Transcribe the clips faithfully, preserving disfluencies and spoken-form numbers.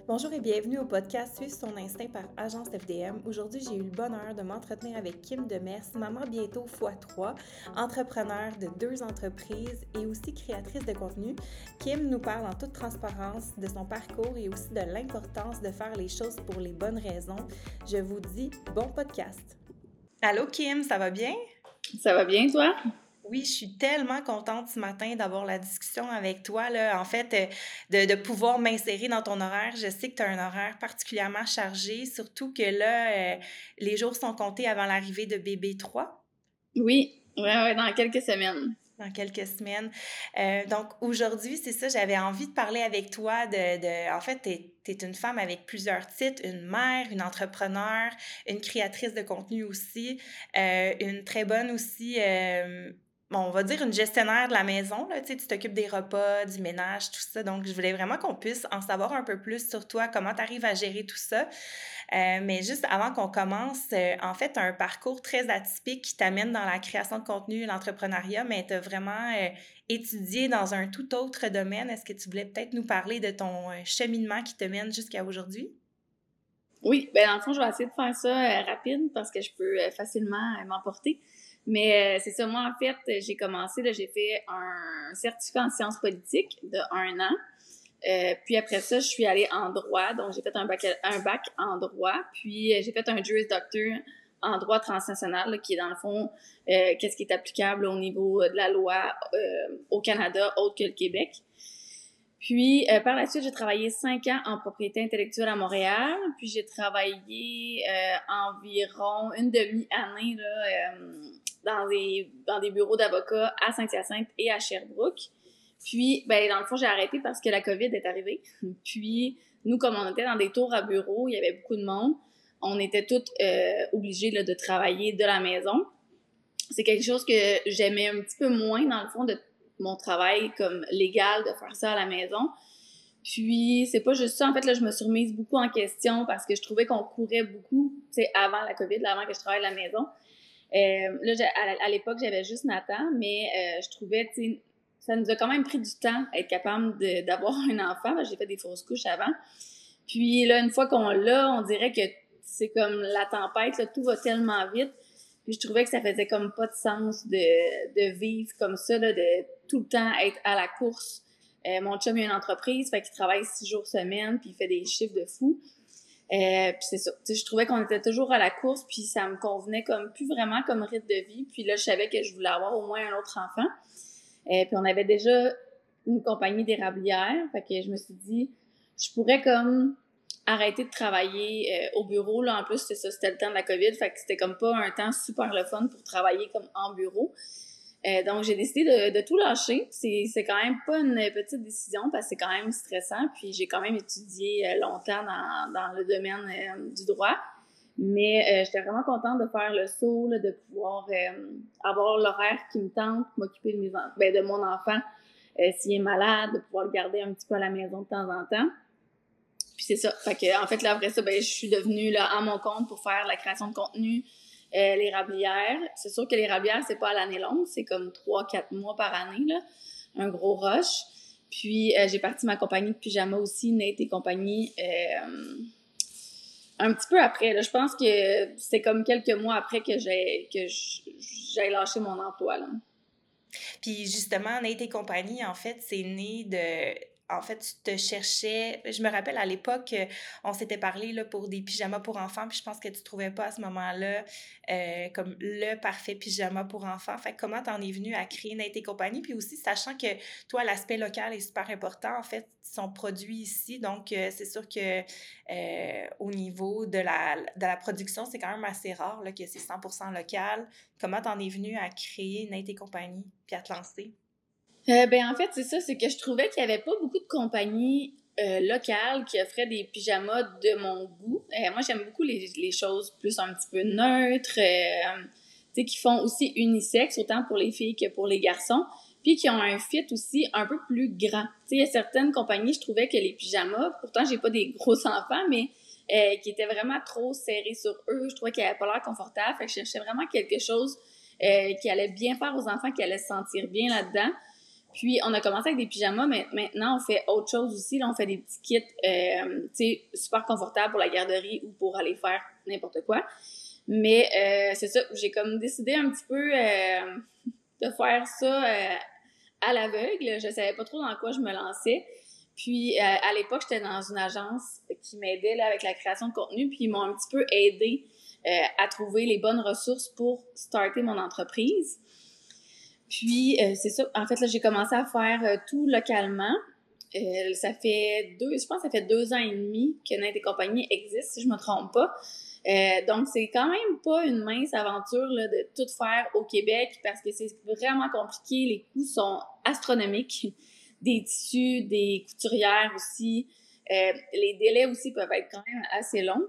Bonjour et bienvenue au podcast Suivre son instinct par Agence F D M. Aujourd'hui, j'ai eu le bonheur de m'entretenir avec Kim Demers, maman bientôt fois trois, entrepreneur de deux entreprises et aussi créatrice de contenu. Kim nous parle en toute transparence de son parcours et aussi de l'importance de faire les choses pour les bonnes raisons. Je vous dis bon podcast. Allô Kim, ça va bien? Ça va bien, toi? Oui, je suis tellement contente ce matin d'avoir la discussion avec toi, là. En fait, euh, de, de pouvoir m'insérer dans ton horaire. Je sais que tu as un horaire particulièrement chargé, surtout que là, euh, les jours sont comptés avant l'arrivée de bébé trois. Oui, ouais, ouais, dans quelques semaines. Dans quelques semaines. Euh, donc, aujourd'hui, c'est ça, j'avais envie de parler avec toi de... de en fait, t'es, t'es une femme avec plusieurs titres, une mère, une entrepreneur, une créatrice de contenu aussi, euh, une très bonne aussi... Euh, bon, on va dire une gestionnaire de la maison, là, tu sais, tu t'occupes des repas, du ménage, tout ça. Donc, je voulais vraiment qu'on puisse en savoir un peu plus sur toi, comment tu arrives à gérer tout ça. Euh, mais juste avant qu'on commence, euh, en fait, tu as un parcours très atypique qui t'amène dans la création de contenu, l'entrepreneuriat, mais tu as vraiment euh, étudié dans un tout autre domaine. Est-ce que tu voulais peut-être nous parler de ton euh, cheminement qui te mène jusqu'à aujourd'hui? Oui, ben dans le fond, je vais essayer de faire ça euh, rapide parce que je peux euh, facilement euh, m'emporter. Mais euh, c'est ça, moi, en fait, j'ai commencé, là, j'ai fait un certificat en sciences politiques de un an. Euh, puis après ça, je suis allée en droit. Donc, j'ai fait un bac, un bac en droit. Puis, euh, j'ai fait un Juris Doctor en droit transnational, là, qui est dans le fond, euh, qu'est-ce qui est applicable au niveau de la loi euh, au Canada, autre que le Québec. Puis, euh, par la suite, j'ai travaillé cinq ans en propriété intellectuelle à Montréal. Puis, j'ai travaillé euh, environ une demi-année là, euh, dans, des, dans des bureaux d'avocats à Saint-Hyacinthe et à Sherbrooke. Puis, ben dans le fond, j'ai arrêté parce que la COVID est arrivée. Puis, nous, comme on était dans des tours à bureau, il y avait beaucoup de monde. On était toutes euh, obligées là, de travailler de la maison. C'est quelque chose que j'aimais un petit peu moins, dans le fond, de mon travail comme légal, de faire ça à la maison. Puis, c'est pas juste ça. En fait, là, je me suis remise beaucoup en question parce que je trouvais qu'on courait beaucoup, tu sais, avant la COVID, là, avant que je travaille à la maison. Euh, là, à, à l'époque, j'avais juste Nathan, mais euh, je trouvais, tu sais, ça nous a quand même pris du temps à être capable de, d'avoir un enfant. J'ai fait des fausses couches avant. Puis là, une fois qu'on l'a, on dirait que c'est comme la tempête, là, tout va tellement vite. Puis je trouvais que ça faisait comme pas de sens de, de vivre comme ça, là, de tout le temps être à la course. Euh, mon chum, il a une entreprise, fait qu'il travaille six jours semaine, puis il fait des chiffres de fou. Euh, puis c'est ça. Tu sais, je trouvais qu'on était toujours à la course, puis ça me convenait comme plus vraiment comme rythme de vie. Puis là, je savais que je voulais avoir au moins un autre enfant. Euh, puis on avait déjà une compagnie d'érablières, fait que je me suis dit, je pourrais comme arrêter de travailler euh, au bureau. Là, en plus, c'était ça, c'était le temps de la COVID, fait que c'était comme pas un temps super le fun pour travailler comme en bureau. Euh, donc, j'ai décidé de, de tout lâcher. C'est, c'est quand même pas une petite décision parce que c'est quand même stressant. Puis, j'ai quand même étudié euh, longtemps dans, dans le domaine euh, du droit. Mais euh, j'étais vraiment contente de faire le saut, là, de pouvoir euh, avoir l'horaire qui me tente, m'occuper de, mes en- ben, de mon enfant euh, s'il est malade, de pouvoir le garder un petit peu à la maison de temps en temps. Puis c'est ça. Fait que, en fait, là, après ça, ben, je suis devenue là, à mon compte pour faire la création de contenu, euh, l'érablière. C'est sûr que l'érablière, c'est pas à l'année longue, c'est comme trois quatre mois par année, là. Un gros rush. Puis euh, j'ai parti ma compagnie de pyjama aussi, Nate et compagnie, euh, un petit peu après. Là. Je pense que c'est comme quelques mois après que j'ai que j'ai lâché mon emploi. Là. Puis justement, Nate et compagnie, en fait, c'est né de... En fait, tu te cherchais... Je me rappelle, à l'époque, euh, on s'était parlé là, pour des pyjamas pour enfants, puis je pense que tu trouvais pas à ce moment-là euh, comme le parfait pyjama pour enfants. Fait que comment t'en es venu à créer Nate et compagnie? Puis aussi, sachant que toi, l'aspect local est super important, en fait, ils sont produits ici, donc euh, c'est sûr que euh, au niveau de la, de la production, c'est quand même assez rare là, que c'est cent pour cent local. Comment t'en es venu à créer Nate et compagnie, puis à te lancer? Euh, ben en fait, c'est ça, c'est que je trouvais qu'il y avait pas beaucoup de compagnies euh, locales qui offraient des pyjamas de mon goût. Euh, moi, j'aime beaucoup les, les choses plus un petit peu neutres, euh, tu sais, qui font aussi unisexe, autant pour les filles que pour les garçons, puis qui ont un fit aussi un peu plus grand. Tu sais, il y a certaines compagnies, je trouvais que les pyjamas, pourtant j'ai pas des gros enfants, mais euh, qui étaient vraiment trop serrés sur eux. Je trouvais qu'ils avaient pas l'air confortables. Fait que je cherchais vraiment quelque chose euh, qui allait bien faire aux enfants, qui allait se sentir bien là-dedans. Puis, on a commencé avec des pyjamas, mais maintenant, on fait autre chose aussi. Là, on fait des petits kits, euh, tu sais, super confortables pour la garderie ou pour aller faire n'importe quoi. Mais euh, c'est ça, j'ai comme décidé un petit peu euh, de faire ça euh, à l'aveugle. Je savais pas trop dans quoi je me lançais. Puis, euh, à l'époque, j'étais dans une agence qui m'aidait là, avec la création de contenu, puis ils m'ont un petit peu aidé euh, à trouver les bonnes ressources pour starter mon entreprise. Puis, euh, c'est ça. En fait, là, j'ai commencé à faire euh, tout localement. Euh, ça fait deux, je pense que ça fait deux ans et demi que Nate et compagnie existe, si je me trompe pas. Euh, donc, c'est quand même pas une mince aventure là, de tout faire au Québec parce que c'est vraiment compliqué. Les coûts sont astronomiques. Des tissus, des couturières aussi. Euh, les délais aussi peuvent être quand même assez longs.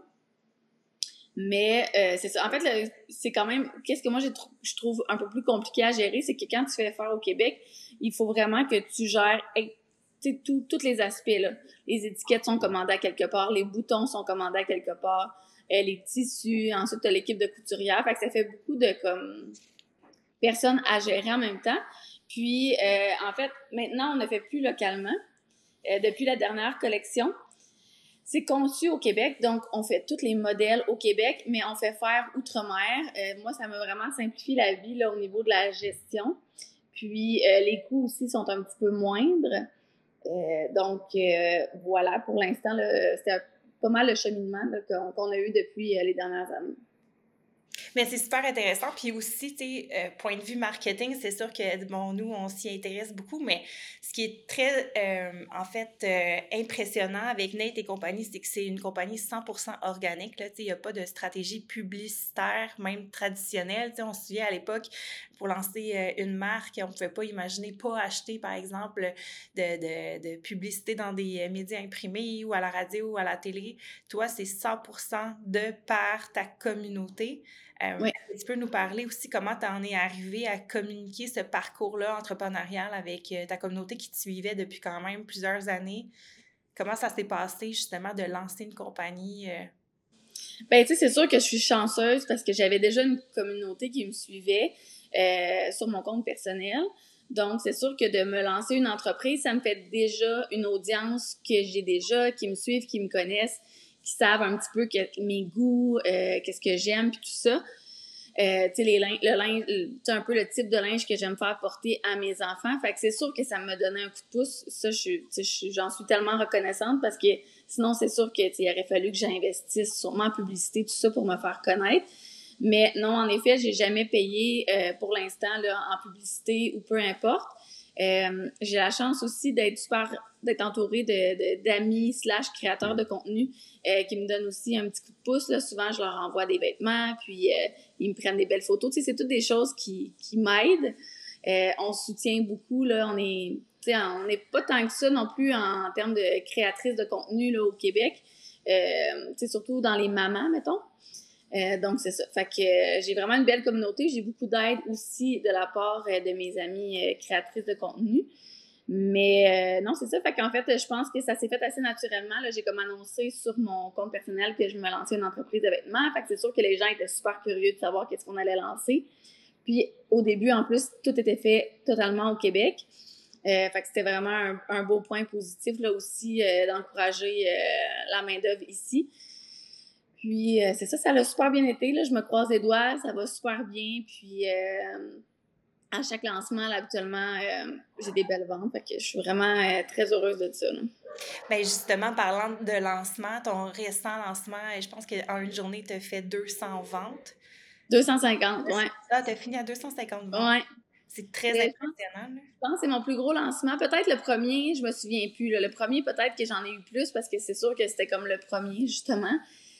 Mais euh, c'est ça. En fait, là, c'est quand même... Qu'est-ce que moi, j'ai tr- je trouve un peu plus compliqué à gérer, c'est que quand tu fais faire au Québec, il faut vraiment que tu gères tout, tous les aspects. Là. Les étiquettes sont commandées à quelque part, les boutons sont commandés à quelque part, euh, les tissus, ensuite, tu as l'équipe de couturière. Fait que ça fait beaucoup de comme personnes à gérer en même temps. Puis, euh, en fait, maintenant, on ne fait plus localement. Euh, depuis la dernière collection, c'est conçu au Québec, donc on fait tous les modèles au Québec, mais on fait faire outre-mer. Euh, moi, ça m'a vraiment simplifié la vie là, au niveau de la gestion. Puis, euh, les coûts aussi sont un petit peu moindres. Euh, donc, euh, voilà, pour l'instant, là, c'était pas mal le cheminement là, qu'on, qu'on a eu depuis euh, les dernières années. Mais c'est super intéressant. Puis aussi, tu sais, euh, point de vue marketing, c'est sûr que, bon, nous, on s'y intéresse beaucoup, mais ce qui est très, euh, en fait, euh, impressionnant avec Nate et compagnie, c'est que c'est une compagnie cent pour cent organique, là, tu sais, il n'y a pas de stratégie publicitaire, même traditionnelle, tu sais, on se souvient à l'époque, pour lancer euh, une marque, on ne pouvait pas imaginer pas acheter, par exemple, de, de, de publicité dans des médias imprimés ou à la radio ou à la télé. Toi, c'est cent pour cent de par ta communauté. Euh, Oui. Tu peux nous parler aussi comment tu en es arrivé à communiquer ce parcours-là entrepreneurial avec euh, ta communauté qui te suivait depuis quand même plusieurs années? Comment ça s'est passé justement de lancer une compagnie? Euh... Ben, tu sais, c'est sûr que je suis chanceuse parce que j'avais déjà une communauté qui me suivait euh, sur mon compte personnel. Donc, c'est sûr que de me lancer une entreprise, ça me fait déjà une audience que j'ai déjà, qui me suivent, qui me connaissent, qui savent un petit peu que, mes goûts, euh, qu'est-ce que j'aime, puis tout ça. Euh, tu sais, les lin- le linge, tu un peu le type de linge que j'aime faire porter à mes enfants. Fait que c'est sûr que ça me donnait un coup de pouce. Ça, je, je, j'en suis tellement reconnaissante parce que sinon, c'est sûr que, il aurait fallu que j'investisse sûrement en publicité, tout ça pour me faire connaître. Mais non, en effet, j'ai jamais payé euh, pour l'instant là, en publicité ou peu importe. Euh, j'ai la chance aussi d'être super, d'être entourée de, de, d'amis slash créateurs de contenu euh, qui me donnent aussi un petit coup de pouce. Là. Souvent, je leur envoie des vêtements, puis euh, ils me prennent des belles photos. Tu sais, c'est toutes des choses qui, qui m'aident. Euh, on se soutient beaucoup. Là. On est, tu sais, on n'est pas tant que ça non plus en, en termes de créatrice de contenu là, au Québec. Euh, tu sais, surtout dans les mamans, mettons. Euh, donc, c'est ça. Fait que euh, j'ai vraiment une belle communauté. J'ai beaucoup d'aide aussi de la part euh, de mes amies euh, créatrices de contenu. Mais euh, non, c'est ça. Fait qu'en fait, je pense que ça s'est fait assez naturellement. Là, j'ai comme annoncé sur mon compte personnel que je me lançais une entreprise de vêtements. Fait que c'est sûr que les gens étaient super curieux de savoir qu'est-ce qu'on allait lancer. Puis au début, en plus, tout était fait totalement au Québec. Euh, fait que c'était vraiment un, un beau point positif là aussi euh, d'encourager euh, la main-d'œuvre ici. Puis, euh, c'est ça, ça a super bien été. Là. Je me croise les doigts, ça va super bien. Puis, euh, à chaque lancement, là, habituellement, euh, j'ai des belles ventes. Fait que je suis vraiment euh, très heureuse de ça. Là. Bien, justement, parlant de lancement, ton récent lancement, je pense qu'en une journée, tu as fait deux cents ventes. deux cent cinquante, ouais. Ah, tu as fini à deux cent cinquante ventes. Ouais. C'est très Mais impressionnant. Là. Je pense que c'est mon plus gros lancement. Peut-être le premier, je me souviens plus. Là. Le premier, peut-être que j'en ai eu plus parce que c'est sûr que c'était comme le premier, justement.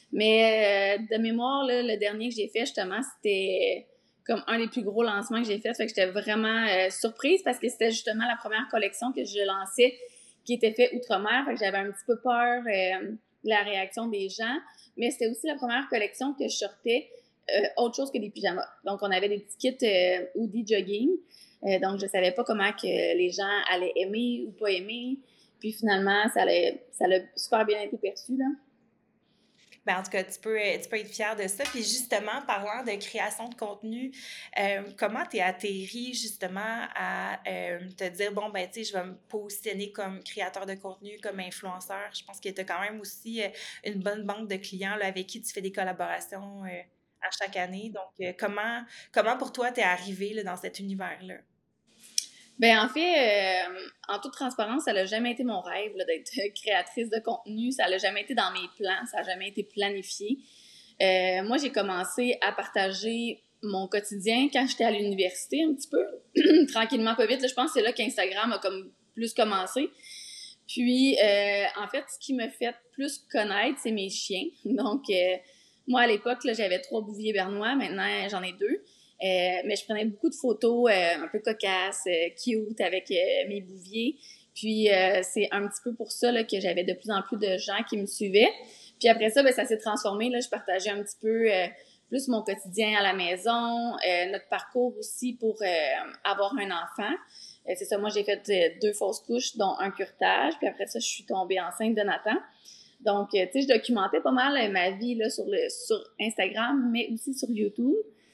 Mais euh, de mémoire, là, le dernier que j'ai fait, justement, c'était comme un des plus gros lancements que j'ai fait. Fait que j'étais vraiment euh, surprise parce que c'était justement la première collection que je lançais qui était faite outre-mer. Fait que j'avais un petit peu peur euh, de la réaction des gens. Mais c'était aussi la première collection que je sortais euh, autre chose que des pyjamas. Donc, on avait des petits kits euh, hoodie jogging. Euh, donc, je savais pas comment que les gens allaient aimer ou pas aimer. Puis finalement, ça, allait, ça a super bien été perçu, là. Ben, en tout cas, tu peux, euh, tu peux être fier de ça. Puis justement, parlant de création de contenu, euh, comment t'es atterri justement à euh, te dire, bon, ben, tu sais, je vais me positionner comme créateur de contenu, comme influenceur. Je pense que tu as quand même aussi euh, une bonne banque de clients là, avec qui tu fais des collaborations euh, à chaque année. Donc, euh, comment, comment pour toi t'es arrivé là, dans cet univers-là? Ben en fait, euh, en toute transparence, ça n'a jamais été mon rêve là, d'être créatrice de contenu. Ça n'a jamais été dans mes plans, ça n'a jamais été planifié. Euh, moi, j'ai commencé à partager mon quotidien quand j'étais à l'université un petit peu, tranquillement, pas vite. Là, je pense que c'est là qu'Instagram a comme plus commencé. Puis, euh, en fait, ce qui me fait plus connaître, c'est mes chiens. Donc, euh, moi, à l'époque, là, j'avais trois bouviers bernois. Maintenant, j'en ai deux. Euh, mais je prenais beaucoup de photos euh, un peu cocasses, euh, cute avec euh, mes bouviers. Puis, euh, c'est un petit peu pour ça là, que j'avais de plus en plus de gens qui me suivaient. Puis après ça, ben, ça s'est transformé. Là, je partageais un petit peu euh, plus mon quotidien à la maison, euh, notre parcours aussi pour euh, avoir un enfant. Euh, c'est ça, moi, j'ai fait euh, deux fausses couches, dont un curetage. Puis après ça, je suis tombée enceinte de Nathan. Donc, euh, tu sais, je documentais pas mal euh, ma vie là, sur, le, sur Instagram, mais aussi sur YouTube.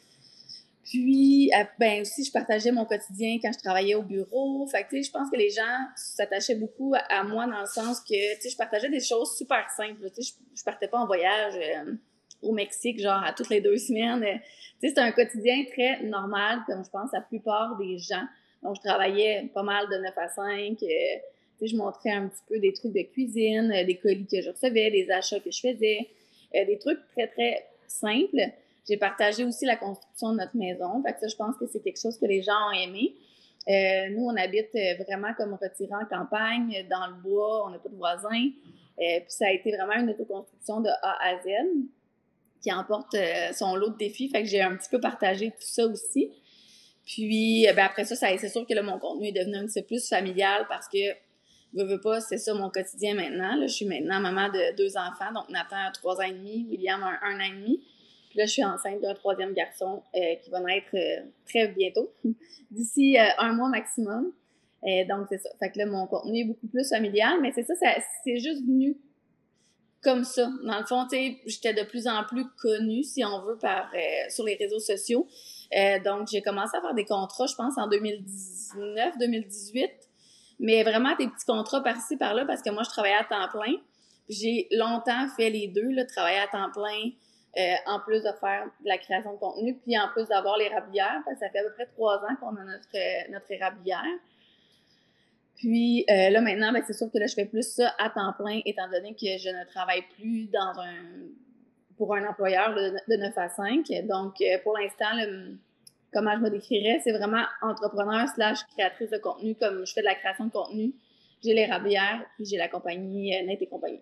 Puis, ben aussi, je partageais mon quotidien quand je travaillais au bureau. Fait que, tu sais, je pense que les gens s'attachaient beaucoup à moi dans le sens que, tu sais, je partageais des choses super simples. Tu sais, je, je partais pas en voyage euh, au Mexique, genre, à toutes les deux semaines. Tu sais, c'était un quotidien très normal, comme je pense la plupart des gens. Donc, je travaillais pas mal de neuf à cinq. Euh, tu sais, je montrais un petit peu des trucs de cuisine, euh, des colis que je recevais, des achats que je faisais, euh, des trucs très, très simples. J'ai partagé aussi la construction de notre maison. Fait que ça, je pense que c'est quelque chose que les gens ont aimé. Euh, nous, on habite vraiment comme retiré en campagne, dans le bois, on n'a pas de voisins. Euh, puis ça a été vraiment une autoconstruction de A à Z qui emporte euh, son lot de défis. Fait que j'ai un petit peu partagé tout ça aussi. Puis ben après ça, ça c'est sûr que là, mon contenu est devenu un petit peu plus familial parce que veux, veux pas, c'est ça mon quotidien maintenant. Là, je suis maintenant maman de deux enfants, donc Nathan a trois ans et demi, William a un, un an et demi. Puis là, je suis enceinte d'un troisième garçon euh, qui va naître euh, très bientôt, d'ici euh, un mois maximum. Euh, donc, c'est ça. Fait que là, mon contenu est beaucoup plus familial, mais c'est ça, ça c'est juste venu comme ça. Dans le fond, tu sais, j'étais de plus en plus connue, si on veut, par euh, sur les réseaux sociaux. Euh, donc, j'ai commencé à faire des contrats, je pense, en deux mille dix-neuf, deux mille dix-huit. Mais vraiment des petits contrats par-ci, par-là, parce que moi, je travaillais à temps plein. J'ai longtemps fait les deux, là, travailler à temps plein, Euh, en plus de faire de la création de contenu, puis en plus d'avoir l'érablière, parce que ça fait à peu près trois ans qu'on a notre, euh, notre érablière. Puis euh, là, maintenant, ben, c'est sûr que là, je fais plus ça à temps plein, étant donné que je ne travaille plus dans un pour un employeur de, de neuf à cinq. Donc, euh, pour l'instant, le, comment je me décrirais, c'est vraiment entrepreneur slash créatrice de contenu, comme je fais de la création de contenu. J'ai l'érablière, puis j'ai la compagnie euh, Net et compagnie.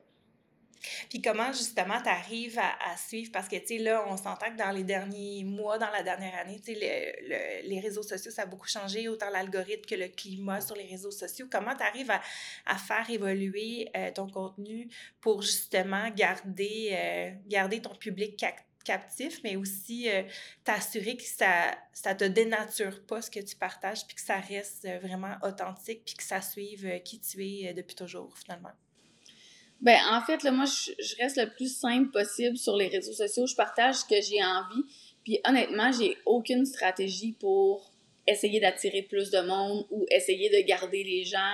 Puis comment justement tu arrives à, à suivre, parce que tu sais là, on s'entend que dans les derniers mois, dans la dernière année, tu sais, le, le, les réseaux sociaux, ça a beaucoup changé, autant l'algorithme que le climat sur les réseaux sociaux. Comment tu arrives à, à faire évoluer euh, ton contenu pour justement garder, euh, garder ton public cap- captif, mais aussi euh, t'assurer que ça ça te dénature pas ce que tu partages, puis que ça reste vraiment authentique, puis que ça suive euh, qui tu es euh, depuis toujours, finalement? Ben, en fait, là, moi, je, je reste le plus simple possible sur les réseaux sociaux. Je partage ce que j'ai envie. Puis, honnêtement, j'ai aucune stratégie pour essayer d'attirer plus de monde ou essayer de garder les gens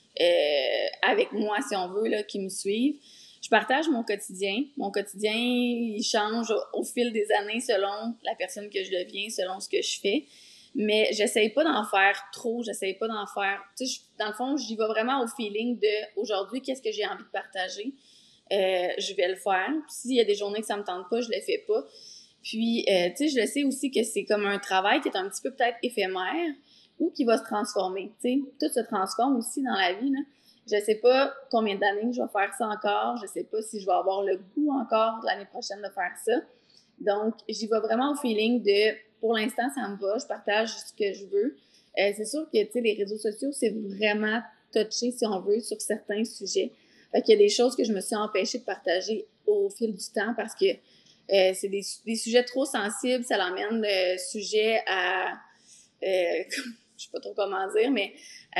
euh, avec moi, si on veut, là, qui me suivent. Je partage mon quotidien. Mon quotidien, il change au, au fil des années selon la personne que je deviens, selon ce que je fais. Mais j'essaye pas d'en faire trop, j'essaye pas d'en faire... Tu sais, dans le fond, j'y vais vraiment au feeling de aujourd'hui, qu'est-ce que j'ai envie de partager. Euh, je vais le faire. S'il y a des journées que ça me tente pas, je le fais pas. Puis, euh, tu sais, je le sais aussi que c'est comme un travail qui est un petit peu peut-être éphémère ou qui va se transformer. Tu sais, tout se transforme aussi dans la vie, là. Je sais pas combien d'années je vais faire ça encore. Je sais pas si je vais avoir le goût encore l'année prochaine de faire ça. Donc, j'y vais vraiment au feeling de, pour l'instant, ça me va, je partage ce que je veux. Euh, c'est sûr que, tu sais, les réseaux sociaux, c'est vraiment touché, si on veut, sur certains sujets. Fait qu'il y a des choses que je me suis empêchée de partager au fil du temps parce que euh, c'est des, des sujets trop sensibles, ça l'emmène le sujet à, euh, je sais pas trop comment dire, mais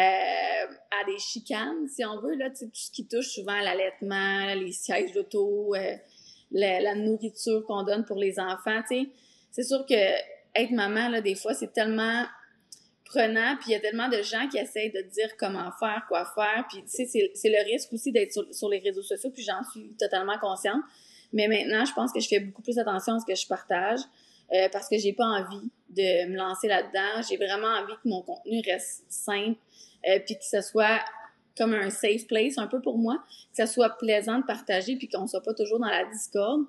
euh, à des chicanes, si on veut, là, tu sais, tout ce qui touche souvent à l'allaitement, les sièges d'auto, euh, la, la nourriture qu'on donne pour les enfants, tu sais. C'est sûr que être maman, là, des fois, c'est tellement prenant, puis il y a tellement de gens qui essayent de te dire comment faire, quoi faire, puis tu sais, c'est, c'est le risque aussi d'être sur, sur les réseaux sociaux, puis j'en suis totalement consciente. Mais maintenant, je pense que je fais beaucoup plus attention à ce que je partage, euh, parce que j'ai pas envie de me lancer là-dedans. J'ai vraiment envie que mon contenu reste simple, euh, puis que ce soit comme un safe place un peu pour moi, que ça soit plaisant de partager, puis qu'on soit pas toujours dans la discorde.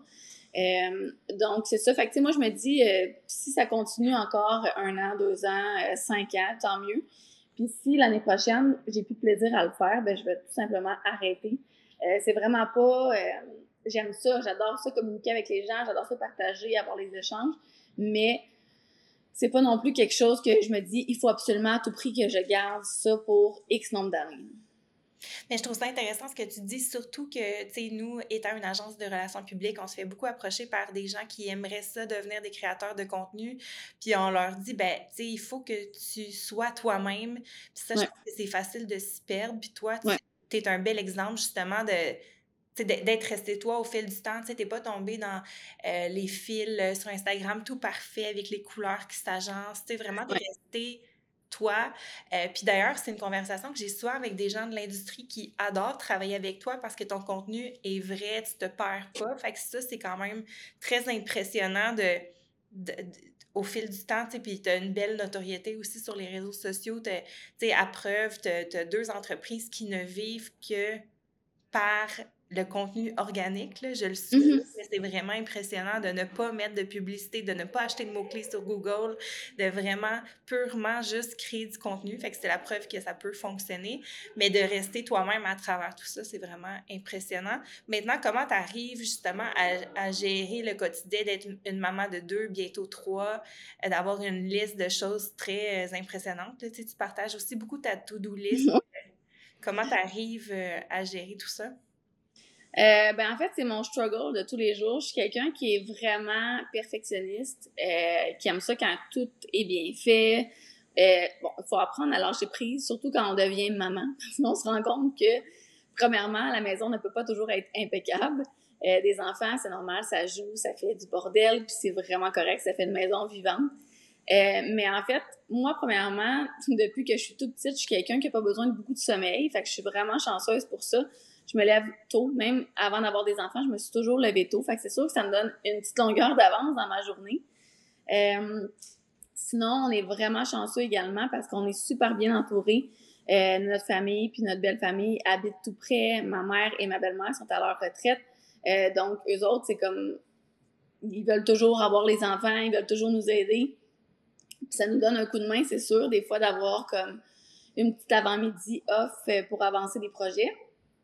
Euh, donc, c'est ça. Fait que, tu sais, moi, je me dis, euh, si ça continue encore un an, deux ans, euh, cinq ans, tant mieux. Puis si l'année prochaine, j'ai plus de plaisir à le faire, ben je vais tout simplement arrêter. Euh, c'est vraiment pas... Euh, j'aime ça, j'adore ça, communiquer avec les gens, j'adore ça, partager, avoir les échanges, mais c'est pas non plus quelque chose que je me dis, il faut absolument à tout prix que je garde ça pour X nombre d'années. Mais je trouve ça intéressant ce que tu dis, surtout que, tu sais, nous, étant une agence de relations publiques, on se fait beaucoup approcher par des gens qui aimeraient ça, devenir des créateurs de contenu, puis on leur dit, ben, tu sais, il faut que tu sois toi-même, puis ça, je Ouais. trouve que c'est facile de s'y perdre, puis toi, Ouais. tu es un bel exemple, justement, de... d'être resté toi au fil du temps, tu sais, t'es pas tombé dans euh, les fils euh, sur Instagram tout parfait avec les couleurs qui s'agencent, tu sais, vraiment t'es Ouais. resté toi. Euh, puis d'ailleurs, c'est une conversation que j'ai souvent avec des gens de l'industrie qui adorent travailler avec toi parce que ton contenu est vrai, tu te perds pas. Fait que ça, c'est quand même très impressionnant de, de, de au fil du temps, tu sais, puis tu as une belle notoriété aussi sur les réseaux sociaux. Tu sais, à preuve, tu as deux entreprises qui ne vivent que par le contenu organique, là, je le suis. Mm-hmm. C'est vraiment impressionnant de ne pas mettre de publicité, de ne pas acheter de mots-clés sur Google, de vraiment purement juste créer du contenu. Fait que c'est la preuve que ça peut fonctionner, mais de rester toi-même à travers tout ça, c'est vraiment impressionnant. Maintenant, comment tu arrives justement à, à gérer le quotidien, d'être une, une maman de deux, bientôt trois, euh, d'avoir une liste de choses très euh, impressionnantes? Là, tu sais, tu partages aussi beaucoup ta to-do list. Comment tu arrives euh, à gérer tout ça? Euh, ben en fait, c'est mon struggle de tous les jours. Je suis quelqu'un qui est vraiment perfectionniste, euh, qui aime ça quand tout est bien fait. Euh, bon, il faut apprendre à lâcher prise, surtout quand on devient maman. Sinon, on se rend compte que, premièrement, la maison ne peut pas toujours être impeccable. Euh, des enfants, c'est normal, ça joue, ça fait du bordel, puis c'est vraiment correct, ça fait une maison vivante. Euh, mais en fait, moi, premièrement, depuis que je suis toute petite, je suis quelqu'un qui n'a pas besoin de beaucoup de sommeil. Fait que je suis vraiment chanceuse pour ça. Je me lève tôt, même avant d'avoir des enfants, je me suis toujours levée tôt. Fait que c'est sûr que ça me donne une petite longueur d'avance dans ma journée. Euh, sinon, on est vraiment chanceux également parce qu'on est super bien entourés. Euh, notre famille puis notre belle famille habitent tout près. Ma mère et ma belle-mère sont à leur retraite. Euh, donc, eux autres, c'est comme... Ils veulent toujours avoir les enfants, ils veulent toujours nous aider. Puis ça nous donne un coup de main, c'est sûr, des fois d'avoir comme une petite avant-midi off pour avancer des projets.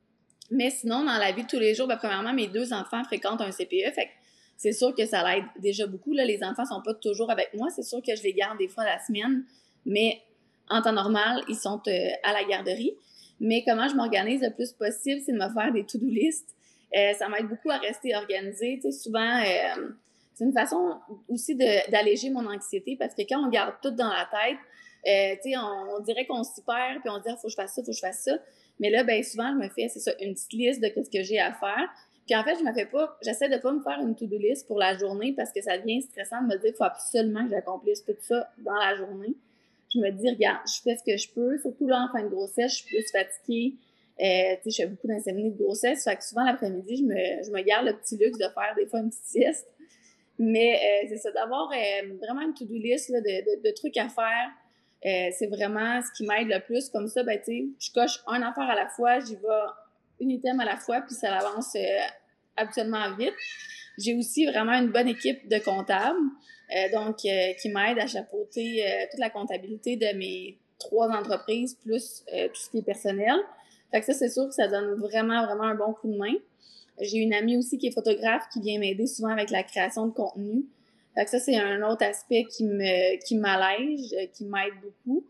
Mais sinon, dans la vie de tous les jours, ben, premièrement, mes deux enfants fréquentent un C P E, fait que c'est sûr que ça l'aide déjà beaucoup. Là, les enfants sont pas toujours avec moi. C'est sûr que je les garde des fois la semaine, mais en temps normal, ils sont euh, à la garderie. Mais comment je m'organise le plus possible, c'est de me faire des to-do list. Euh, ça m'aide beaucoup à rester organisée. Tu sais, souvent, euh, c'est une façon aussi de, d'alléger mon anxiété parce que quand on garde tout dans la tête, euh, tu sais, on, on dirait qu'on s'y perd puis on se dit, ah, faut que je fasse ça, faut que je fasse ça. Mais là, ben souvent, je me fais, c'est ça, une petite liste de ce que j'ai à faire. Puis en fait, je me fais pas, j'essaie de pas me faire une to-do list pour la journée parce que ça devient stressant de me dire qu'il faut absolument que j'accomplisse tout ça dans la journée. Je me dis, regarde, je fais ce que je peux, surtout là, en fin de grossesse, je suis plus fatiguée. Euh, tu sais, je fais beaucoup d'insomnie de grossesse, fait que souvent l'après-midi, je me, je me garde le petit luxe de faire des fois une petite sieste. Mais euh, c'est ça, d'avoir euh, vraiment une to-do list là, de, de, de trucs à faire. Euh, c'est vraiment ce qui m'aide le plus. Comme ça, ben, tu sais, je coche un affaire à la fois, j'y vais une item à la fois, puis ça avance euh, absolument vite. J'ai aussi vraiment une bonne équipe de comptables, euh, donc euh, qui m'aide à chapeauter euh, toute la comptabilité de mes trois entreprises, plus euh, tout ce qui est personnel. Fait que ça, c'est sûr que ça donne vraiment, vraiment un bon coup de main. J'ai une amie aussi qui est photographe qui vient m'aider souvent avec la création de contenu. Fait que ça, c'est un autre aspect qui me qui m'allège, qui m'aide beaucoup.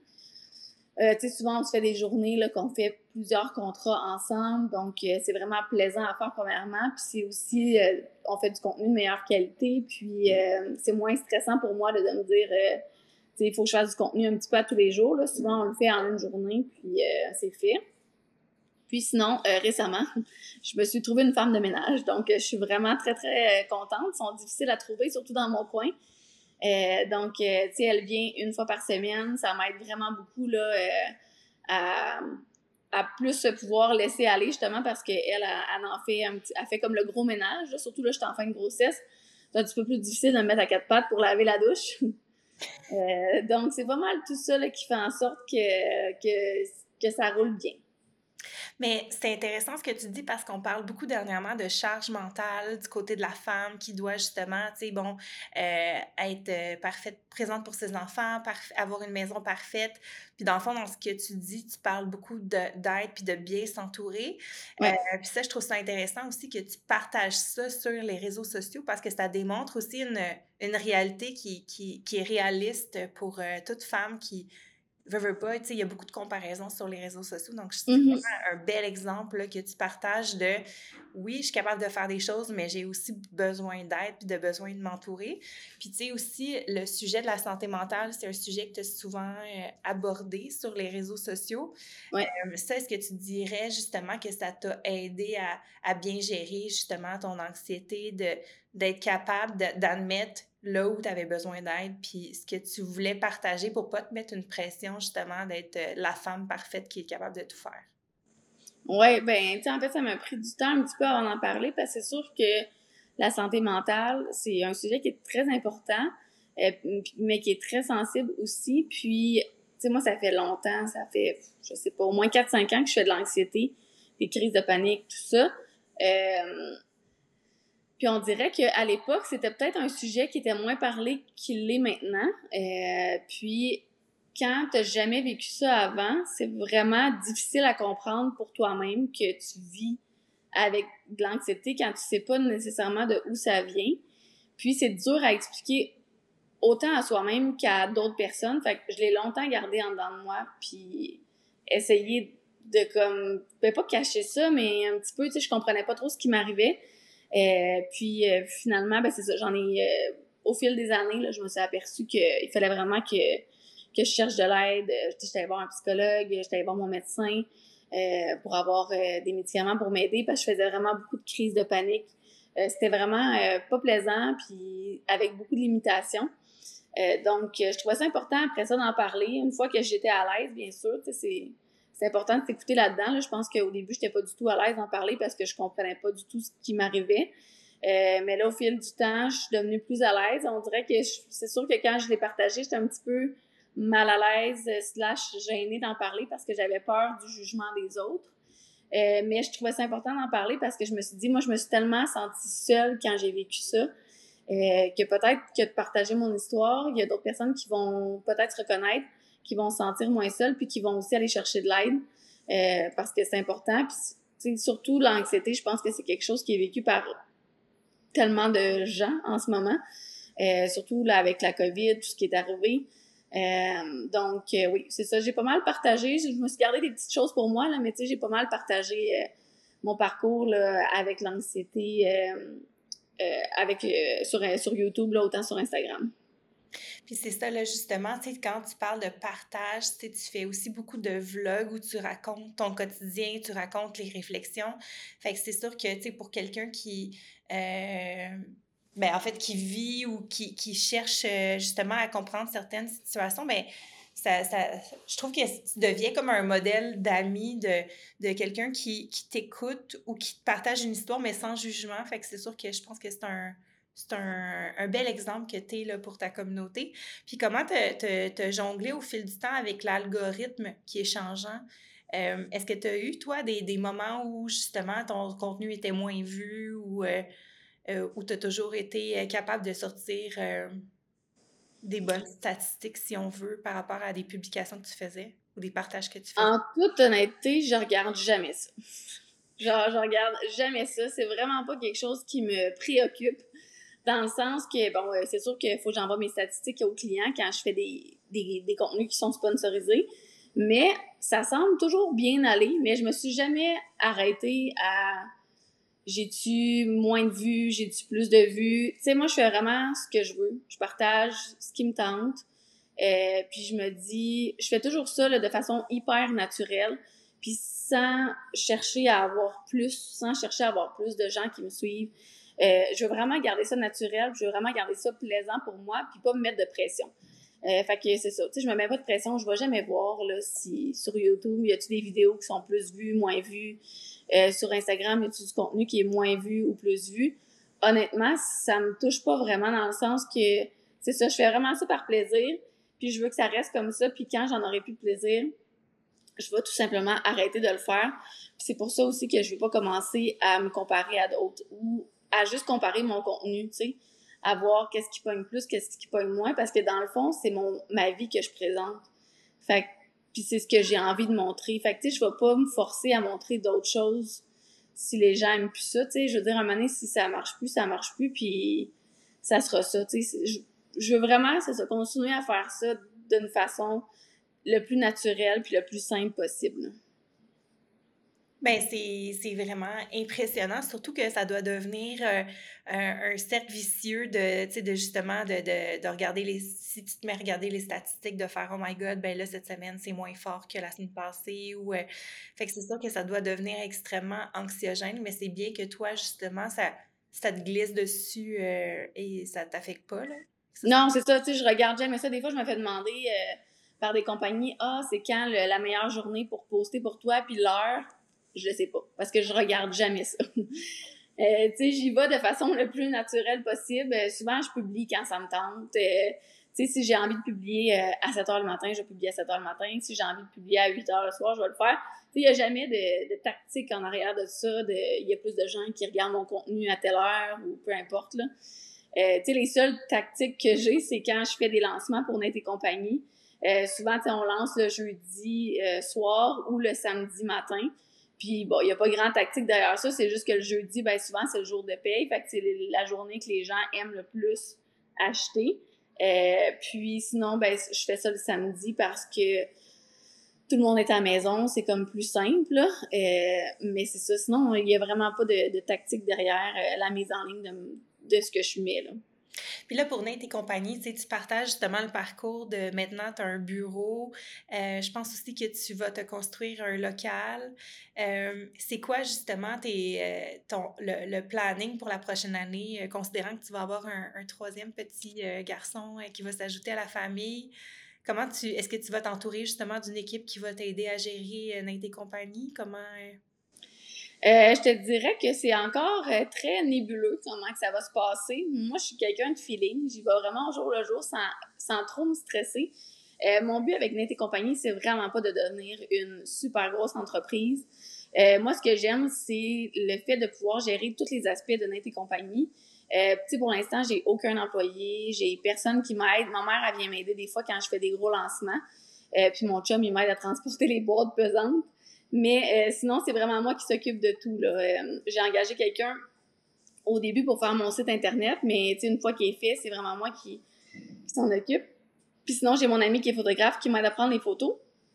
Euh, tu sais, souvent, on se fait des journées là, qu'on fait plusieurs contrats ensemble. Donc, euh, c'est vraiment plaisant à faire, premièrement. Puis, c'est aussi, euh, on fait du contenu de meilleure qualité. Puis, euh, c'est moins stressant pour moi là, de me dire, euh, tu sais, il faut que je fasse du contenu un petit peu à tous les jours. Là. Souvent, on le fait en une journée, puis euh, c'est fait. Puis sinon, euh, récemment, je me suis trouvé une femme de ménage. Donc, je suis vraiment très, très contente. Ils sont difficiles à trouver, surtout dans mon coin. Euh, donc, euh, tu sais, elle vient une fois par semaine. Ça m'aide vraiment beaucoup là, euh, à, à plus pouvoir laisser aller, justement, parce qu'elle, elle, elle en fait un petit, elle fait comme le gros ménage. Là. Surtout, là, je suis en fin de grossesse. C'est un petit peu plus difficile de me mettre à quatre pattes pour laver la douche. euh, donc, c'est pas mal tout ça là, qui fait en sorte que, que, que ça roule bien. Mais c'est intéressant ce que tu dis parce qu'on parle beaucoup dernièrement de charge mentale du côté de la femme qui doit justement, tu sais, bon, euh, être euh, parfaite, présente pour ses enfants, parf- avoir une maison parfaite. Puis dans le fond, dans ce que tu dis, tu parles beaucoup de, d'aide puis de bien s'entourer. Ouais. Euh, puis ça, je trouve ça intéressant aussi que tu partages ça sur les réseaux sociaux parce que ça démontre aussi une, une réalité qui, qui, qui est réaliste pour euh, toute femme qui veux, veux pas, tu sais, il y a beaucoup de comparaisons sur les réseaux sociaux, donc c'est Mm-hmm. vraiment un bel exemple là, que tu partages de oui, je suis capable de faire des choses, mais j'ai aussi besoin d'aide puis de besoin de m'entourer. Puis tu sais aussi, le sujet de la santé mentale, c'est un sujet que tu as souvent euh, abordé sur les réseaux sociaux. Ouais. Euh, ça, est-ce que tu dirais justement que ça t'a aidé à, à bien gérer justement ton anxiété, de, d'être capable de, d'admettre là où tu avais besoin d'aide, puis ce que tu voulais partager pour pas te mettre une pression, justement, d'être euh, la femme parfaite qui est capable de tout faire? Oui, ben, tu sais, en fait, ça m'a pris du temps un petit peu avant d'en parler parce que c'est sûr que la santé mentale, c'est un sujet qui est très important, euh, mais qui est très sensible aussi. Puis, tu sais, moi, ça fait longtemps, ça fait, je sais pas, au moins quatre cinq ans que je fais de l'anxiété, des crises de panique, tout ça. Euh, Puis on dirait qu'à l'époque, c'était peut-être un sujet qui était moins parlé qu'il l'est maintenant. Euh, puis quand t'as jamais vécu ça avant, c'est vraiment difficile à comprendre pour toi-même que tu vis avec de l'anxiété quand tu sais pas nécessairement de où ça vient. Puis c'est dur à expliquer autant à soi-même qu'à d'autres personnes. Fait que je l'ai longtemps gardé en dedans de moi, puis essayer de comme, ben pas cacher ça, mais un petit peu, tu sais, je comprenais pas trop ce qui m'arrivait. Euh, puis euh, finalement, ben c'est ça, j'en ai, euh, au fil des années, là, je me suis aperçue qu'il fallait vraiment que, que je cherche de l'aide. J'étais allée voir un psychologue, j'étais allée voir mon médecin euh, pour avoir euh, des médicaments pour m'aider parce que je faisais vraiment beaucoup de crises de panique. Euh, c'était vraiment euh, pas plaisant, puis avec beaucoup de limitations. Euh, donc, euh, je trouvais ça important après ça d'en parler. Une fois que j'étais à l'aise, bien sûr, tu sais, c'est, c'est important de s'écouter là-dedans. Là. Je pense qu'au début, j'étais pas du tout à l'aise d'en parler parce que je comprenais pas du tout ce qui m'arrivait. Euh, mais là, au fil du temps, je suis devenue plus à l'aise. On dirait que je, c'est sûr que quand je l'ai partagé, j'étais un petit peu mal à l'aise, slash gênée d'en parler parce que j'avais peur du jugement des autres. Euh, mais je trouvais ça important d'en parler parce que je me suis dit, moi, je me suis tellement sentie seule quand j'ai vécu ça. Euh, que peut-être que de partager mon histoire, il y a d'autres personnes qui vont peut-être se reconnaître, qui vont se sentir moins seules, puis qui vont aussi aller chercher de l'aide euh, parce que c'est important. Puis, surtout l'anxiété, je pense que c'est quelque chose qui est vécu par tellement de gens en ce moment, euh, surtout là avec la COVID, tout ce qui est arrivé. Euh, donc, euh, oui, c'est ça. J'ai pas mal partagé. Je me suis gardé des petites choses pour moi, là, mais tu sais, j'ai pas mal partagé euh, mon parcours là, avec l'anxiété. Euh, Euh, avec, euh, sur, sur YouTube, là, autant sur Instagram. Puis c'est ça, là, justement, tu sais, quand tu parles de partage, tu sais, tu fais aussi beaucoup de vlogs où tu racontes ton quotidien, tu racontes les réflexions. Fait que c'est sûr que, tu sais, pour quelqu'un qui, euh, ben, en fait, qui vit ou qui, qui cherche euh, justement à comprendre certaines situations, ben, ça, ça, je trouve que tu deviens comme un modèle d'ami, de, de quelqu'un qui, qui t'écoute ou qui te partage une histoire, mais sans jugement. Fait que c'est sûr que je pense que c'est un, c'est un, un bel exemple que tu es là, pour ta communauté. Puis comment tu as jonglé au fil du temps avec l'algorithme qui est changeant? Euh, est-ce que tu as eu, toi, des, des moments où justement ton contenu était moins vu ou euh, euh, où tu as toujours été capable de sortir euh, des bonnes statistiques, si on veut, par rapport à des publications que tu faisais ou des partages que tu faisais? En toute honnêteté, je regarde jamais ça. Genre, je regarde jamais ça. C'est vraiment pas quelque chose qui me préoccupe. Dans le sens que, bon, euh, c'est sûr qu'il faut que j'envoie mes statistiques aux clients quand je fais des, des, des contenus qui sont sponsorisés. Mais ça semble toujours bien aller. Mais je me suis jamais arrêtée à j'ai-tu moins de vues, j'ai-tu plus de vues. Tu sais, moi, je fais vraiment ce que je veux. Je partage ce qui me tente. Euh, puis je me dis, je fais toujours ça là, de façon hyper naturelle. puis sans chercher à avoir plus, sans chercher à avoir plus de gens qui me suivent. Euh, je veux vraiment garder ça naturel, je veux vraiment garder ça plaisant pour moi, puis pas me mettre de pression. Euh, fait que c'est ça, tu sais, je me mets pas de pression, je vais jamais voir là, si sur YouTube, y a-tu des vidéos qui sont plus vues, moins vues, euh, sur Instagram, y a-tu du contenu qui est moins vu ou plus vu. Honnêtement, ça me touche pas vraiment dans le sens que, c'est ça, je fais vraiment ça par plaisir, puis je veux que ça reste comme ça, puis quand j'en aurai plus de plaisir, je vais tout simplement arrêter de le faire. Puis c'est pour ça aussi que je vais pas commencer à me comparer à d'autres ou à juste comparer mon contenu, tu sais, à voir qu'est-ce qui pogne plus, qu'est-ce qui pogne moins, parce que dans le fond, c'est mon ma vie que je présente. Fait que, puis c'est ce que j'ai envie de montrer. Fait que, tu sais, je vais pas me forcer à montrer d'autres choses si les gens aiment plus ça, tu sais. Je veux dire, à un moment donné, si ça marche plus, ça marche plus, puis ça sera ça, tu sais. Je, je veux vraiment, c'est ça, continuer à faire ça d'une façon le plus naturel puis le plus simple possible. Ben c'est, c'est vraiment impressionnant, surtout que ça doit devenir euh, un, un cercle vicieux de, tu sais, de justement de, de, de regarder les, si tu te mets à regarder les statistiques, de faire « Oh my God, ben là, cette semaine, c'est moins fort que la semaine passée » ou... Euh, fait que c'est sûr que ça doit devenir extrêmement anxiogène, mais c'est bien que toi, justement, ça, ça te glisse dessus euh, et ça t'affecte pas, là. Ça, non, c'est ça, tu sais, je regarde jamais ça. Des fois, je me fais demander euh, par des compagnies, « Ah, c'est quand le, la meilleure journée pour poster pour toi? » Puis l'heure, je le sais pas, parce que je regarde jamais ça. Euh, tu sais, j'y vais de façon le plus naturelle possible. Euh, souvent, je publie quand ça me tente. Euh, tu sais, si j'ai envie de publier euh, à sept heures le matin, je vais publier à sept heures le matin. Si j'ai envie de publier à huit heures le soir, je vais le faire. Tu sais, il n'y a jamais de, de tactique en arrière de ça. Il y a plus de gens qui regardent mon contenu à telle heure ou peu importe, là. Euh, tu sais, les seules tactiques que j'ai, c'est quand je fais des lancements pour Nate et compagnie. Euh, souvent, tu sais, on lance le jeudi euh, soir ou le samedi matin. Puis, bon, il n'y a pas grand tactique derrière ça, c'est juste que le jeudi, ben souvent, c'est le jour de paye, fait que c'est la journée que les gens aiment le plus acheter. Euh, puis, sinon, ben je fais ça le samedi parce que tout le monde est à la maison, c'est comme plus simple, là. Euh, mais c'est ça, sinon, il n'y a vraiment pas de, de tactique derrière euh, la mise en ligne de, de ce que je mets, là. Puis là, pour Nate et compagnie, tu sais, tu partages justement le parcours de maintenant, tu as un bureau. Euh, je pense aussi que tu vas te construire un local. Euh, c'est quoi justement tes, euh, ton, le, le planning pour la prochaine année, euh, considérant que tu vas avoir un, un troisième petit euh, garçon euh, qui va s'ajouter à la famille? Comment tu, est-ce que tu vas t'entourer justement d'une équipe qui va t'aider à gérer euh, Nate et compagnie? Comment... euh, Euh, je te dirais que c'est encore euh, très nébuleux comment que ça va se passer. Moi, je suis quelqu'un de feeling. J'y vais vraiment au jour le jour sans, sans trop me stresser. Euh, mon but avec Net et compagnie, c'est vraiment pas de devenir une super grosse entreprise. Euh, moi, ce que j'aime, c'est le fait de pouvoir gérer tous les aspects de Net et compagnie. Euh, tu sais, pour l'instant, j'ai aucun employé, j'ai personne qui m'aide. Ma mère, elle vient m'aider des fois quand je fais des gros lancements. Euh, puis mon chum, il m'aide à transporter les boîtes pesantes. Mais euh, sinon, c'est vraiment moi qui s'occupe de tout, là. Euh, j'ai engagé quelqu'un au début pour faire mon site Internet, mais une fois qu'il est fait, c'est vraiment moi qui, qui s'en occupe. Puis sinon, j'ai mon ami qui est photographe qui m'aide à prendre les photos.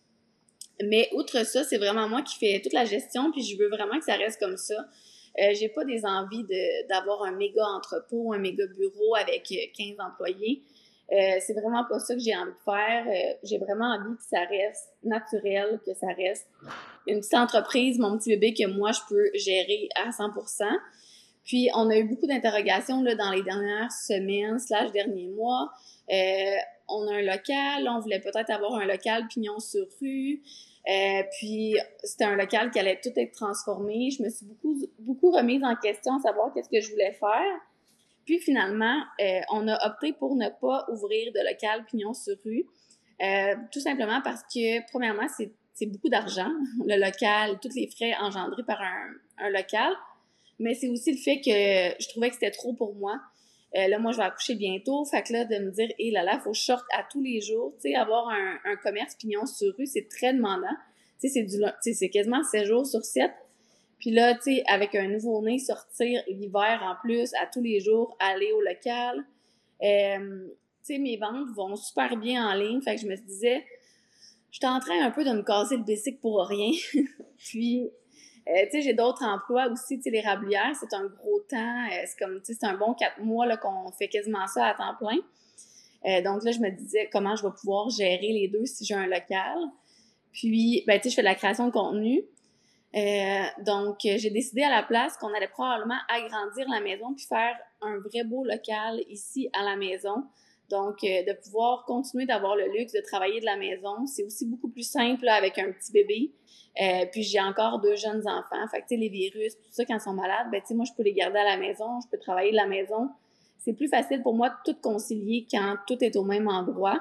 Mais outre ça, c'est vraiment moi qui fais toute la gestion, puis je veux vraiment que ça reste comme ça. Euh, j'ai pas des envies de, d'avoir un méga entrepôt, un méga bureau avec quinze employés. Euh, c'est vraiment pas ça que j'ai envie de faire. Euh, j'ai vraiment envie que ça reste naturel, que ça reste une petite entreprise, mon petit bébé que moi, je peux gérer à cent pour cent. Puis, on a eu beaucoup d'interrogations là, dans les dernières semaines slash derniers mois. Euh, on a un local, on voulait peut-être avoir un local pignon sur rue. Euh, puis, c'était un local qui allait tout être transformé. Je me suis beaucoup, beaucoup remise en question à savoir qu'est-ce que je voulais faire. Puis, finalement, euh, on a opté pour ne pas ouvrir de local pignon sur rue. Euh, tout simplement parce que, premièrement, c'est, c'est beaucoup d'argent, le local, tous les frais engendrés par un, un local. Mais c'est aussi le fait que je trouvais que c'était trop pour moi. Euh, là, moi, je vais accoucher bientôt. Fait que là, de me dire, hé là là, faut que je sorte à tous les jours. Tu sais, avoir un, un commerce pignon sur rue, c'est très demandant. Tu sais, c'est du, tu sais, c'est quasiment sept jours sur sept. Puis là, tu sais, avec un nouveau-né, sortir l'hiver en plus, à tous les jours, aller au local. Euh, tu sais, mes ventes vont super bien en ligne. Fait que je me disais, je suis en train un peu de me casser le basic pour rien. Puis, euh, tu sais, j'ai d'autres emplois aussi. Tu sais, l'érablière, c'est un gros temps. Euh, c'est comme, tu sais, c'est un bon quatre mois là, qu'on fait quasiment ça à temps plein. Euh, donc là, je me disais comment je vais pouvoir gérer les deux si j'ai un local. Puis, ben, tu sais, je fais de la création de contenu. Euh, donc, euh, j'ai décidé à la place qu'on allait probablement agrandir la maison puis faire un vrai beau local ici à la maison. Donc, euh, de pouvoir continuer d'avoir le luxe de travailler de la maison. C'est aussi beaucoup plus simple là, avec un petit bébé. Euh, puis, j'ai encore deux jeunes enfants. Fait que, tu sais, les virus, tout ça, quand ils sont malades, ben, tu sais, moi, je peux les garder à la maison. Je peux travailler de la maison. C'est plus facile pour moi de tout concilier quand tout est au même endroit.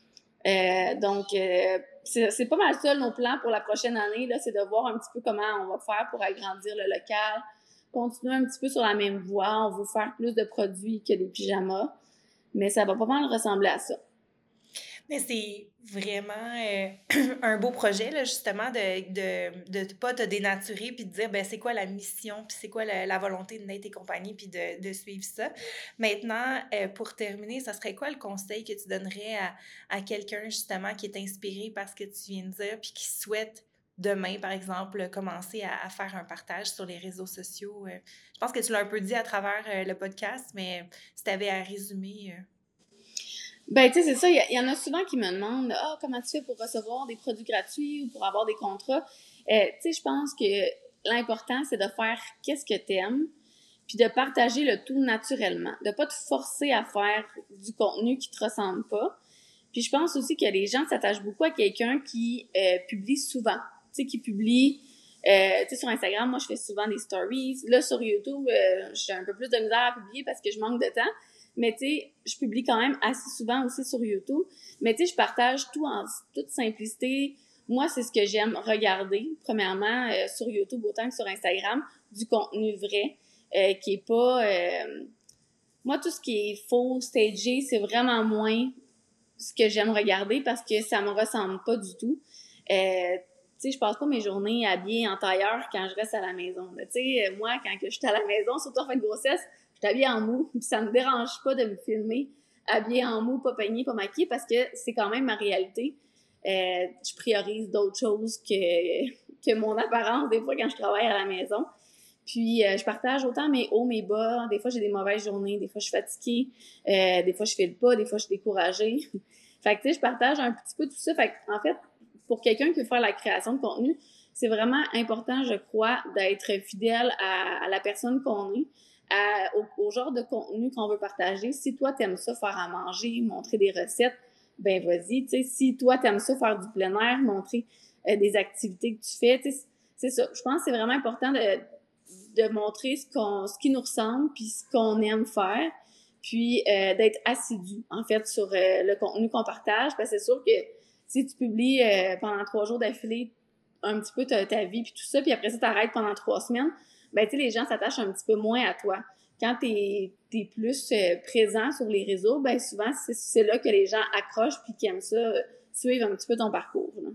Euh, donc, euh, c'est, c'est pas mal ça, nos plans pour la prochaine année, là, c'est de voir un petit peu comment on va faire pour agrandir le local, continuer un petit peu sur la même voie. On veut faire plus de produits que des pyjamas, mais ça va pas mal ressembler à ça. Mais c'est vraiment euh, un beau projet, là, justement, de de, de pas te dénaturer puis de dire, ben c'est quoi la mission, puis c'est quoi la, la volonté de Nate et compagnie, puis de, de suivre ça. Maintenant, euh, pour terminer, ça serait quoi le conseil que tu donnerais à, à quelqu'un, justement, qui est inspiré par ce que tu viens de dire, puis qui souhaite demain, par exemple, commencer à, à faire un partage sur les réseaux sociaux? Euh, je pense que tu l'as un peu dit à travers euh, le podcast, mais si tu avais à résumer... Euh... Ben, tu sais, c'est ça. Il y, y en a souvent qui me demandent, ah, oh, comment tu fais pour recevoir des produits gratuits ou pour avoir des contrats? Euh, tu sais, je pense que l'important, c'est de faire qu'est-ce que t'aimes, puis de partager le tout naturellement, de pas te forcer à faire du contenu qui te ressemble pas. Puis je pense aussi que les gens s'attachent beaucoup à quelqu'un qui euh, publie souvent, tu sais, qui publie, euh, tu sais, sur Instagram, moi, je fais souvent des stories. Là, sur YouTube, euh, j'ai un peu plus de misère à publier parce que je manque de temps. Mais tu sais, je publie quand même assez souvent aussi sur YouTube. Mais tu sais, je partage tout en toute simplicité. Moi, c'est ce que j'aime regarder, premièrement, euh, sur YouTube autant que sur Instagram, du contenu vrai, euh, qui est pas... Euh... Moi, tout ce qui est faux, stagé, c'est vraiment moins ce que j'aime regarder parce que ça me ressemble pas du tout. Euh, tu sais, je passe pas mes journées habillée en tailleur quand je reste à la maison. Tu sais, moi, quand que je suis à la maison, surtout en fin de grossesse, je suis habillée en mou, puis ça me dérange pas de me filmer habillée en mou, pas peignée, pas maquillée, parce que c'est quand même ma réalité. Euh, je priorise d'autres choses que, que mon apparence, des fois, quand je travaille à la maison. Puis, euh, je partage autant mes hauts, mes bas. Des fois, j'ai des mauvaises journées. Des fois, je suis fatiguée. Euh, des fois, je file pas. Des fois, je suis découragée. Fait que, tu sais, je partage un petit peu tout ça. Fait que, en fait, pour quelqu'un qui veut faire la création de contenu, c'est vraiment important, je crois, d'être fidèle à, à la personne qu'on est, à, au, au genre de contenu qu'on veut partager. Si toi, t'aimes ça, faire à manger, montrer des recettes, ben vas-y. Tu sais, si toi, t'aimes ça, faire du plein air, montrer euh, des activités que tu fais, tu sais, c'est ça. Je pense que c'est vraiment important de de montrer ce qu'on ce qui nous ressemble puis ce qu'on aime faire, puis euh, d'être assidu en fait sur euh, le contenu qu'on partage, parce que c'est sûr que si tu publies euh, pendant trois jours d'affilée un petit peu ta, ta vie puis tout ça, puis après ça t'arrêtes pendant trois semaines, ben tu sais, les gens s'attachent un petit peu moins à toi. Quand t'es t'es plus euh, présent sur les réseaux, ben souvent c'est, c'est là que les gens accrochent puis qui aiment ça, euh, suivre un petit peu ton parcours, là.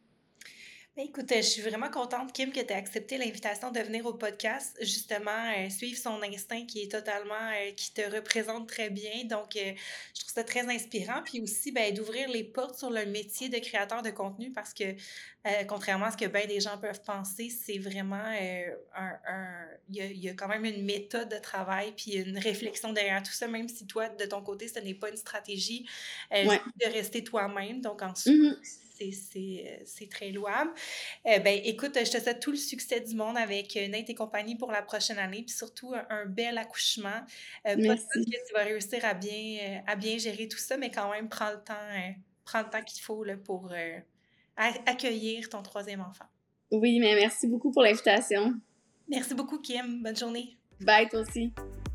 Écoute, je suis vraiment contente, Kim, que tu aies accepté l'invitation de venir au podcast, justement, euh, suivre son instinct qui est totalement, euh, qui te représente très bien. Donc, euh, je trouve ça très inspirant. Puis aussi, ben, d'ouvrir les portes sur le métier de créateur de contenu parce que, euh, contrairement à ce que bien des gens peuvent penser, c'est vraiment euh, un... un il y a, il y a quand même une méthode de travail puis une réflexion derrière tout ça, même si toi, de ton côté, ce n'est pas une stratégie euh, Ouais. de rester toi-même. Donc, en soi, Mm-hmm. c'est, c'est, c'est très louable. Euh, ben, écoute, je te souhaite tout le succès du monde avec euh, Nate et compagnie pour la prochaine année, puis surtout un, un bel accouchement. Euh, pas tout Merci. que tu vas réussir à bien, euh, à bien gérer tout ça, mais quand même, prends le temps, euh, prends le temps qu'il faut là, pour euh, a- accueillir ton troisième enfant. Oui, mais merci beaucoup pour l'invitation. Merci beaucoup, Kim. Bonne journée. Bye, toi aussi.